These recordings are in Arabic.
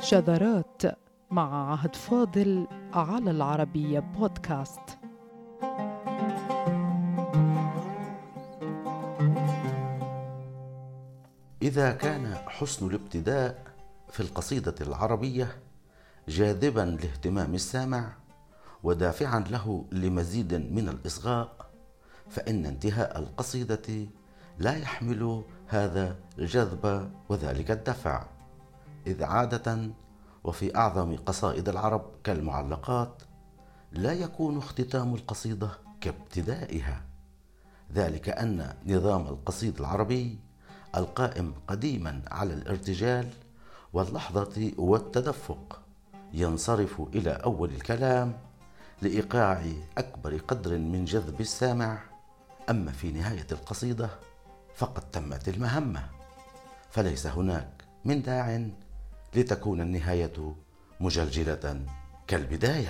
شذرات مع عهد فاضل على العربية بودكاست. إذا كان حسن الابتداء في القصيدة العربية جاذبا لاهتمام السامع ودافعا له لمزيد من الإصغاء، فإن انتهاء القصيدة لا يحمل هذا الجذب وذلك الدفع، إذ عادة وفي أعظم قصائد العرب كالمعلقات لا يكون اختتام القصيدة كابتدائها، ذلك أن نظام القصيد العربي القائم قديما على الارتجال واللحظة والتدفق ينصرف إلى أول الكلام لإيقاع أكبر قدر من جذب السامع، أما في نهاية القصيدة فقد تمت المهمة، فليس هناك من داع لتكون النهاية مجلجلة كالبداية.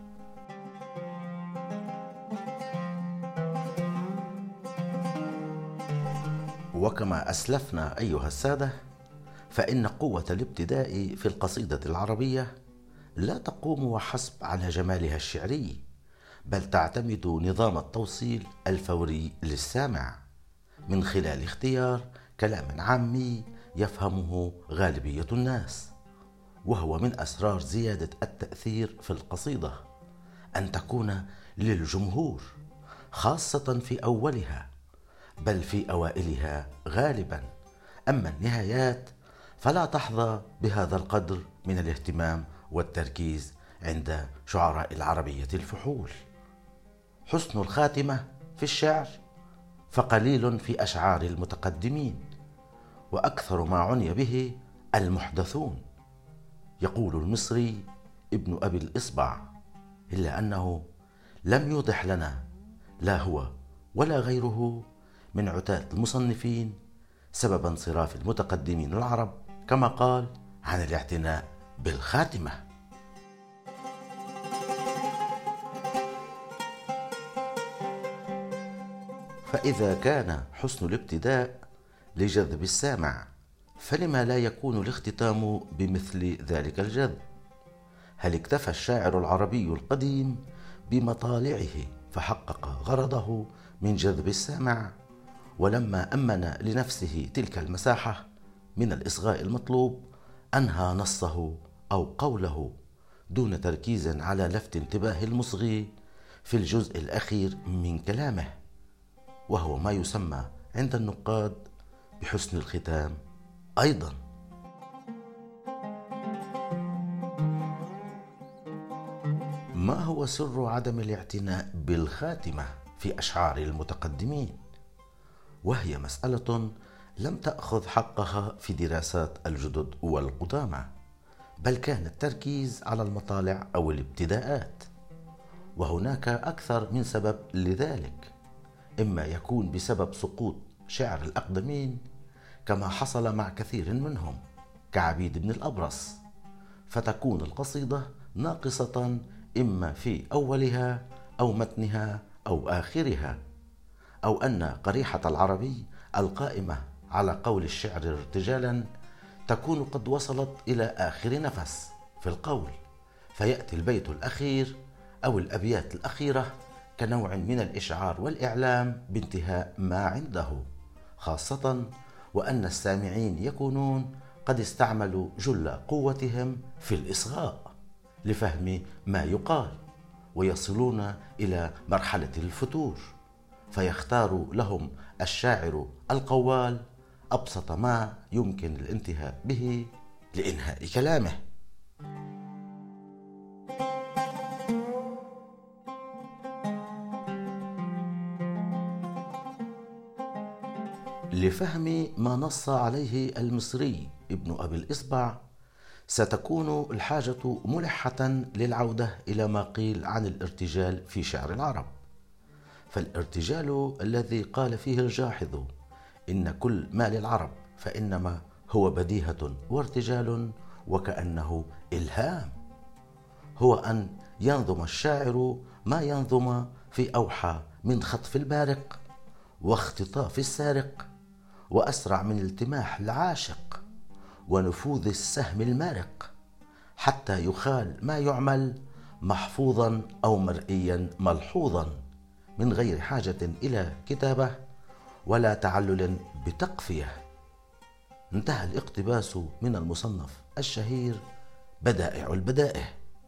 وكما أسلفنا أيها السادة، فإن قوة الابتداء في القصيدة العربية لا تقوم وحسب على جمالها الشعري، بل تعتمد نظام التوصيل الفوري للسامع من خلال اختيار كلام عامي يفهمه غالبية الناس. وهو من أسرار زيادة التأثير في القصيدة أن تكون للجمهور، خاصة في أولها بل في أوائلها غالبا، أما النهايات فلا تحظى بهذا القدر من الاهتمام والتركيز عند شعراء العربية الفحول. حسن الخاتمة في الشعر فقليل في أشعار المتقدمين، وأكثر ما عني به المحدثون. يقول المصري ابن أبي الإصبع: إلا أنه لم يوضح لنا لا هو ولا غيره من عتاة المصنفين سبب انصراف المتقدمين العرب، كما قال، عن الاعتناء بالخاتمة. فإذا كان حسن الابتداء لجذب السامع، فلما لا يكون الاختتام بمثل ذلك الجذب؟ هل اكتفى الشاعر العربي القديم بمطالعه فحقق غرضه من جذب السامع، ولما أمن لنفسه تلك المساحة من الإصغاء المطلوب أنهى نصه أو قوله دون تركيز على لفت انتباه المصغي في الجزء الأخير من كلامه، وهو ما يسمى عند النقاد بحسن الختام أيضا. ما هو سر عدم الاعتناء بالخاتمة في أشعار المتقدمين؟ وهي مسألة لم تأخذ حقها في دراسات الجدد والقدامى، بل كان التركيز على المطالع أو الابتداءات، وهناك أكثر من سبب لذلك. إما يكون بسبب سقوط شعر الأقدمين كما حصل مع كثير منهم كعبيد بن الأبرص، فتكون القصيدة ناقصة إما في أولها أو متنها أو آخرها، أو أن قريحة العربي القائمة على قول الشعر ارتجالا تكون قد وصلت إلى آخر نفس في القول، فيأتي البيت الأخير أو الأبيات الأخيرة كنوع من الإشعار والإعلام بانتهاء ما عنده، خاصة وأن السامعين يكونون قد استعملوا جل قوتهم في الإصغاء لفهم ما يقال، ويصلون إلى مرحلة الفتور، فيختار لهم الشاعر القوال أبسط ما يمكن الانتهاء به لإنهاء كلامه. لفهم ما نص عليه المصري ابن أبي الإصبع ستكون الحاجة ملحة للعودة إلى ما قيل عن الارتجال في شعر العرب. فالارتجال الذي قال فيه الجاحظ إن كل ما للعرب فإنما هو بديهة وارتجال وكأنه إلهام، هو أن ينظم الشاعر ما ينظم في أوحى من خطف البارق واختطاف السارق وأسرع من التماح العاشق ونفوذ السهم المارق، حتى يخال ما يعمل محفوظا أو مرئيا ملحوظا من غير حاجة إلى كتابة ولا تعلل بتقفية. انتهى الاقتباس من المصنف الشهير بدائع البدائع.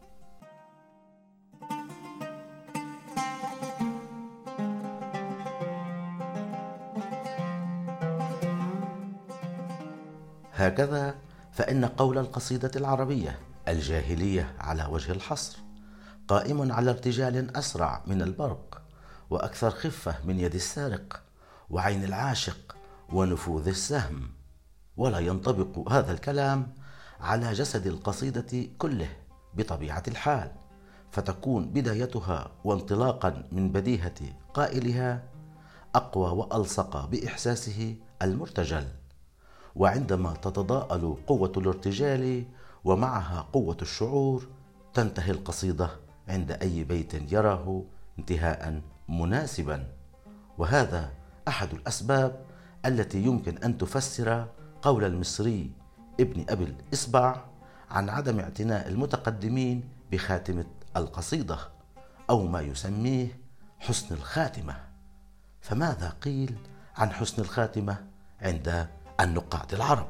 هكذا فإن قول القصيدة العربية الجاهلية على وجه الحصر قائم على ارتجال أسرع من البرق، وأكثر خفة من يد السارق، وعين العاشق، ونفوذ السهم. ولا ينطبق هذا الكلام على جسد القصيدة كله بطبيعة الحال، فتكون بدايتها وانطلاقا من بديهة قائلها أقوى وألصق بإحساسه المرتجل. وعندما تتضاءل قوة الارتجال ومعها قوة الشعور تنتهي القصيدة عند أي بيت يراه انتهاء مناسبا. وهذا أحد الأسباب التي يمكن أن تفسر قول المصري ابن أبي الإصبع عن عدم اعتناء المتقدمين بخاتمة القصيدة، أو ما يسميه حسن الخاتمة. فماذا قيل عن حسن الخاتمة عند النقاد العرب؟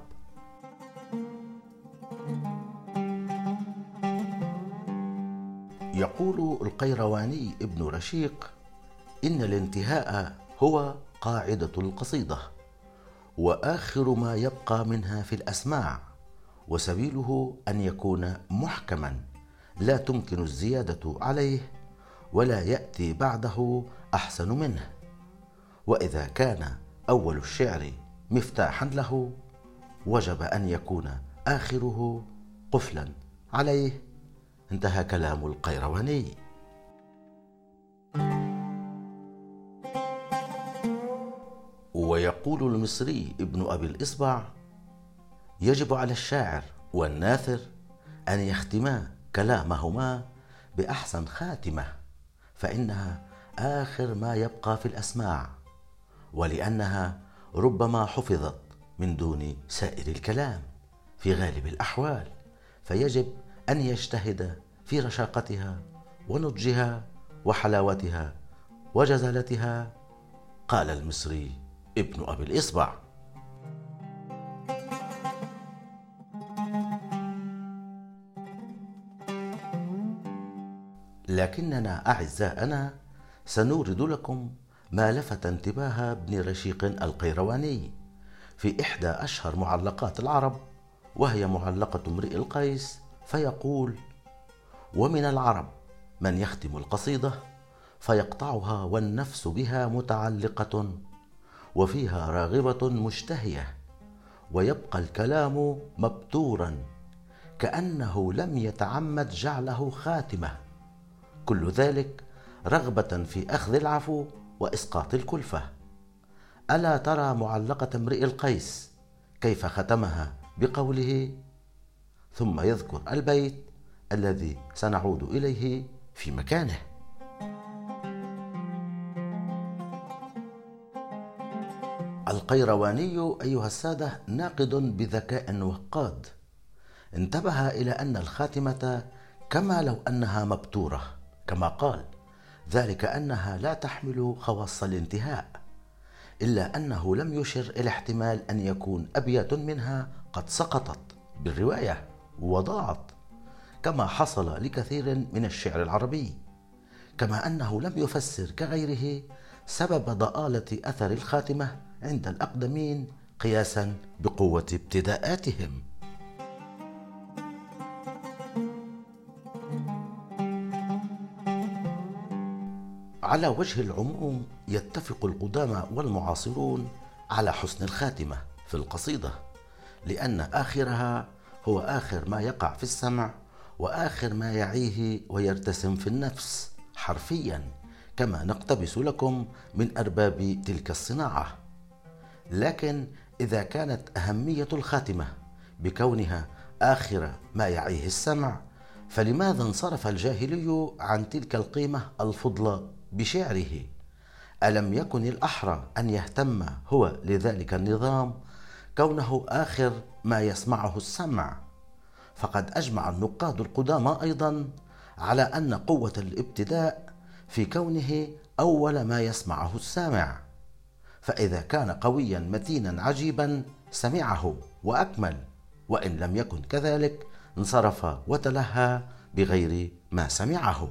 يقول القيرواني ابن رشيق إن الانتهاء هو قاعدة القصيدة، وآخر ما يبقى منها في الأسماع، وسبيله أن يكون محكما لا تمكن الزيادة عليه ولا يأتي بعده أحسن منه. وإذا كان أول الشعر مفتاحا له وجب أن يكون آخره قفلا عليه. انتهى كلام القيرواني. ويقول المصري ابن أبي الإصبع يجب على الشاعر والناثر أن يختما كلامهما بأحسن خاتمة، فإنها آخر ما يبقى في الأسماع، ولأنها ربما حفظت من دون سائر الكلام في غالب الأحوال، فيجب أن يجتهد في رشاقتها ونضجها وحلاوتها وجزالتها. قال المصري ابن أبي الإصبع. لكننا أعزائنا سنورد لكم ما لفت انتباه ابن رشيق القيرواني في إحدى أشهر معلقات العرب، وهي معلقة امرئ القيس، فيقول: ومن العرب من يختم القصيدة فيقطعها والنفس بها متعلقة وفيها راغبة مشتهية، ويبقى الكلام مبتورا كأنه لم يتعمد جعله خاتمة، كل ذلك رغبة في أخذ العفو وإسقاط الكلفة. ألا ترى معلقة امرئ القيس كيف ختمها بقوله، ثم يذكر البيت الذي سنعود إليه في مكانه. القيرواني أيها السادة ناقد بذكاء وقاد، انتبه إلى أن الخاتمة كما لو أنها مبتورة، كما قال، ذلك أنها لا تحمل خواص الانتهاء، إلا أنه لم يشر إلى احتمال أن يكون أبيات منها قد سقطت بالرواية وضاعت، كما حصل لكثير من الشعر العربي، كما أنه لم يفسر كغيره سبب ضآلة أثر الخاتمة عند الأقدمين قياسا بقوة ابتداءاتهم. على وجه العموم يتفق القدامى والمعاصرون على حسن الخاتمة في القصيدة، لأن آخرها هو آخر ما يقع في السمع وآخر ما يعيه ويرتسم في النفس حرفيا، كما نقتبس لكم من أرباب تلك الصناعة. لكن إذا كانت أهمية الخاتمة بكونها آخر ما يعيه السمع، فلماذا انصرف الجاهلي عن تلك القيمة الفضلى بشعره؟ ألم يكن الأحرى أن يهتم هو لذلك النظام كونه آخر ما يسمعه السمع؟ فقد أجمع النقاد القدامى أيضا على أن قوة الابتداء في كونه أول ما يسمعه السامع، فإذا كان قويا متينا عجيبا سمعه وأكمل، وإن لم يكن كذلك انصرف وتلهى بغير ما سمعه.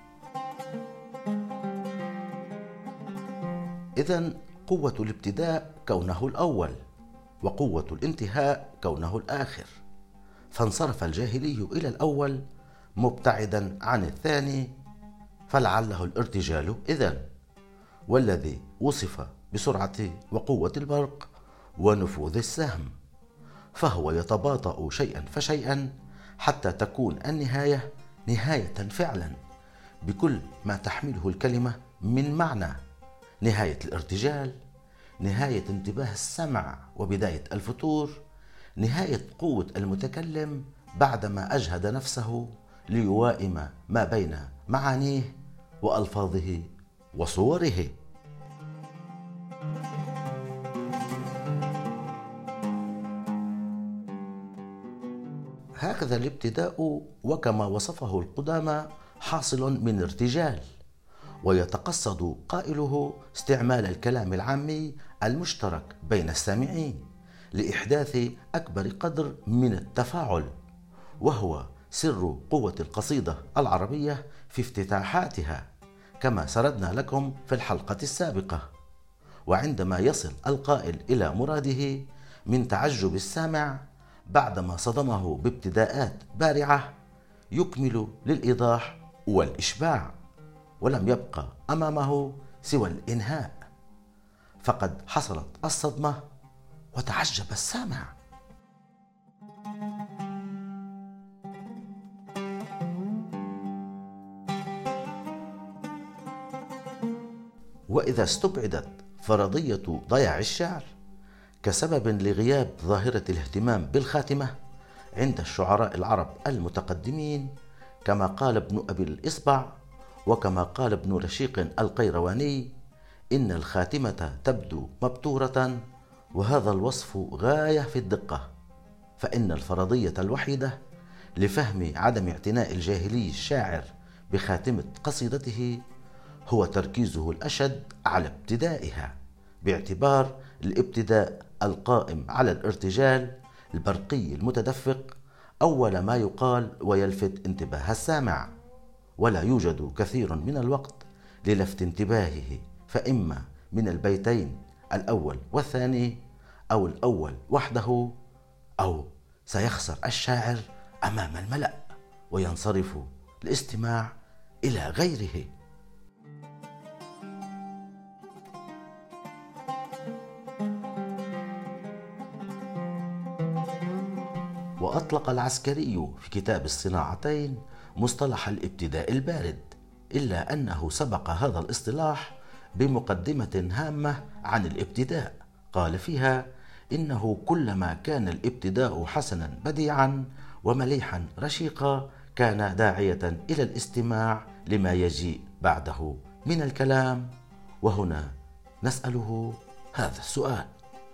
إذن قوة الابتداء كونه الأول، وقوة الانتهاء كونه الآخر، فانصرف الجاهلي إلى الأول مبتعدا عن الثاني، فلعله الارتجال إذن، والذي وصف بسرعة وقوة البرق ونفوذ السهم، فهو يتباطأ شيئا فشيئا حتى تكون النهاية نهاية فعلا بكل ما تحمله الكلمة من معنى: نهاية الارتجال، نهاية انتباه السمع وبداية الفتور، نهاية قوة المتكلم بعدما أجهد نفسه ليوائم ما بين معانيه وألفاظه وصوره. هكذا الابتداء وكما وصفه القدامى حاصل من ارتجال، ويتقصد قائله استعمال الكلام العامي المشترك بين السامعين لإحداث أكبر قدر من التفاعل، وهو سر قوة القصيدة العربية في افتتاحاتها كما سردنا لكم في الحلقة السابقة. وعندما يصل القائل إلى مراده من تعجب السامع بعدما صدمه بابتداءات بارعة، يكمل للإيضاح والإشباع، ولم يبقى أمامه سوى الإنهاء، فقد حصلت الصدمة وتعجب السامع. وإذا استبعدت فرضية ضياع الشعر كسبب لغياب ظاهرة الاهتمام بالخاتمة عند الشعراء العرب المتقدمين، كما قال ابن أبي الإصبع وكما قال ابن رشيق القيرواني: إن الخاتمة تبدو مبتورة، وهذا الوصف غاية في الدقة، فإن الفرضية الوحيدة لفهم عدم اعتناء الجاهلي الشاعر بخاتمة قصيدته هو تركيزه الأشد على ابتدائها، باعتبار الابتداء القائم على الارتجال البرقي المتدفق أول ما يقال ويلفت انتباه السامع، ولا يوجد كثير من الوقت للفت انتباهه، فإما من البيتين الأول والثاني، أو الأول وحده، أو سيخسر الشاعر أمام الملأ وينصرف الاستماع إلى غيره. وأطلق العسكري في كتاب الصناعتين مصطلح الابتداء البارد، إلا أنه سبق هذا الاصطلاح بمقدمة هامة عن الابتداء قال فيها: إنه كلما كان الابتداء حسنا بديعا ومليحا رشيقا كان داعية إلى الاستماع لما يجيء بعده من الكلام. وهنا نسأله هذا السؤال: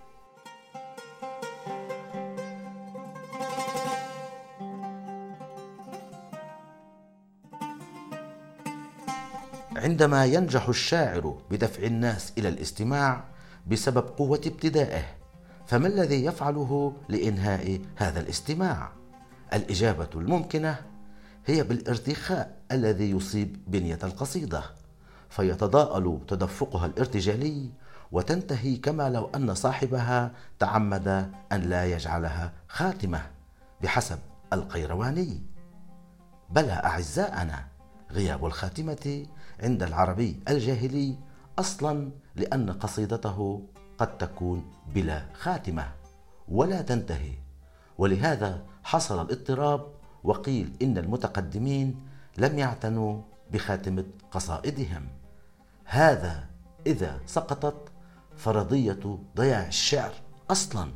عندما ينجح الشاعر بدفع الناس إلى الاستماع بسبب قوة ابتدائه، فما الذي يفعله لإنهاء هذا الاستماع؟ الإجابة الممكنة هي بالارتخاء الذي يصيب بنية القصيدة، فيتضاءل تدفقها الارتجالي وتنتهي كما لو أن صاحبها تعمد أن لا يجعلها خاتمة بحسب القيرواني. بلى أعزائنا، غياب الخاتمة عند العربي الجاهلي أصلا لأن قصيدته قد تكون بلا خاتمة ولا تنتهي، ولهذا حصل الاضطراب، وقيل إن المتقدمين لم يعتنوا بخاتمة قصائدهم. هذا إذا سقطت فرضية ضياع الشعر أصلا.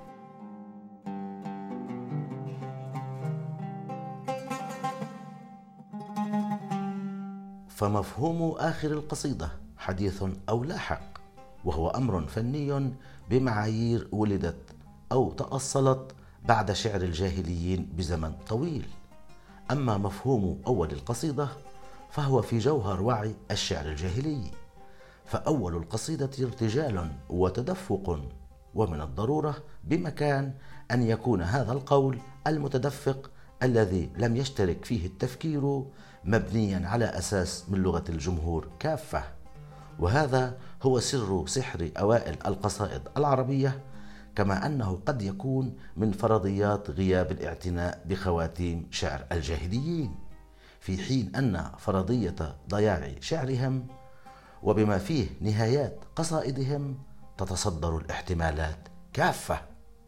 فمفهوم آخر القصيدة حديث أو لاحق، وهو أمر فني بمعايير ولدت أو تأصلت بعد شعر الجاهليين بزمن طويل. أما مفهوم أول القصيدة فهو في جوهر وعي الشعر الجاهلي، فأول القصيدة ارتجال وتدفق، ومن الضرورة بمكان أن يكون هذا القول المتدفق الذي لم يشترك فيه التفكير مبنيا على أساس من لغة الجمهور كافة. وهذا هو سحر أوائل القصائد العربية، كما أنه قد يكون من فرضيات غياب الاعتناء بخواتيم شعر الجاهليين، في حين أن فرضية ضياع شعرهم وبما فيه نهايات قصائدهم تتصدر الاحتمالات كافة.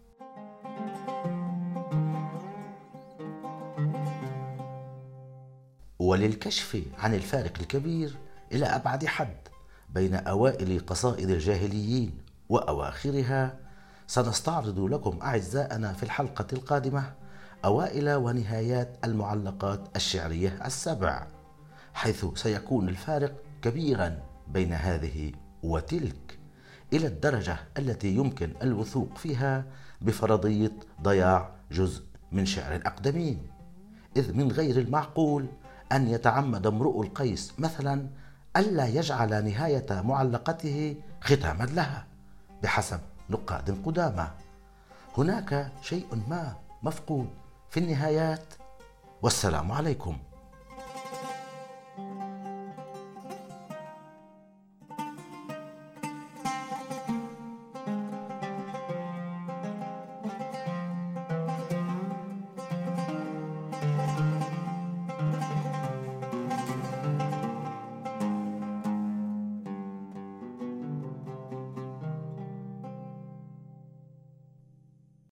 وللكشف عن الفارق الكبير إلى أبعد حد بين أوائل قصائد الجاهليين وأواخرها، سنستعرض لكم أعزائنا في الحلقة القادمة أوائل ونهايات المعلقات الشعرية السبع، حيث سيكون الفارق كبيرا بين هذه وتلك، إلى الدرجة التي يمكن الوثوق فيها بفرضية ضياع جزء من شعر الأقدمين. إذ من غير المعقول أن يتعمد امرؤ القيس مثلا ألا يجعل نهاية معلقته ختاما لها بحسب نقاد قدامى. هناك شيء ما مفقود في النهايات. والسلام عليكم.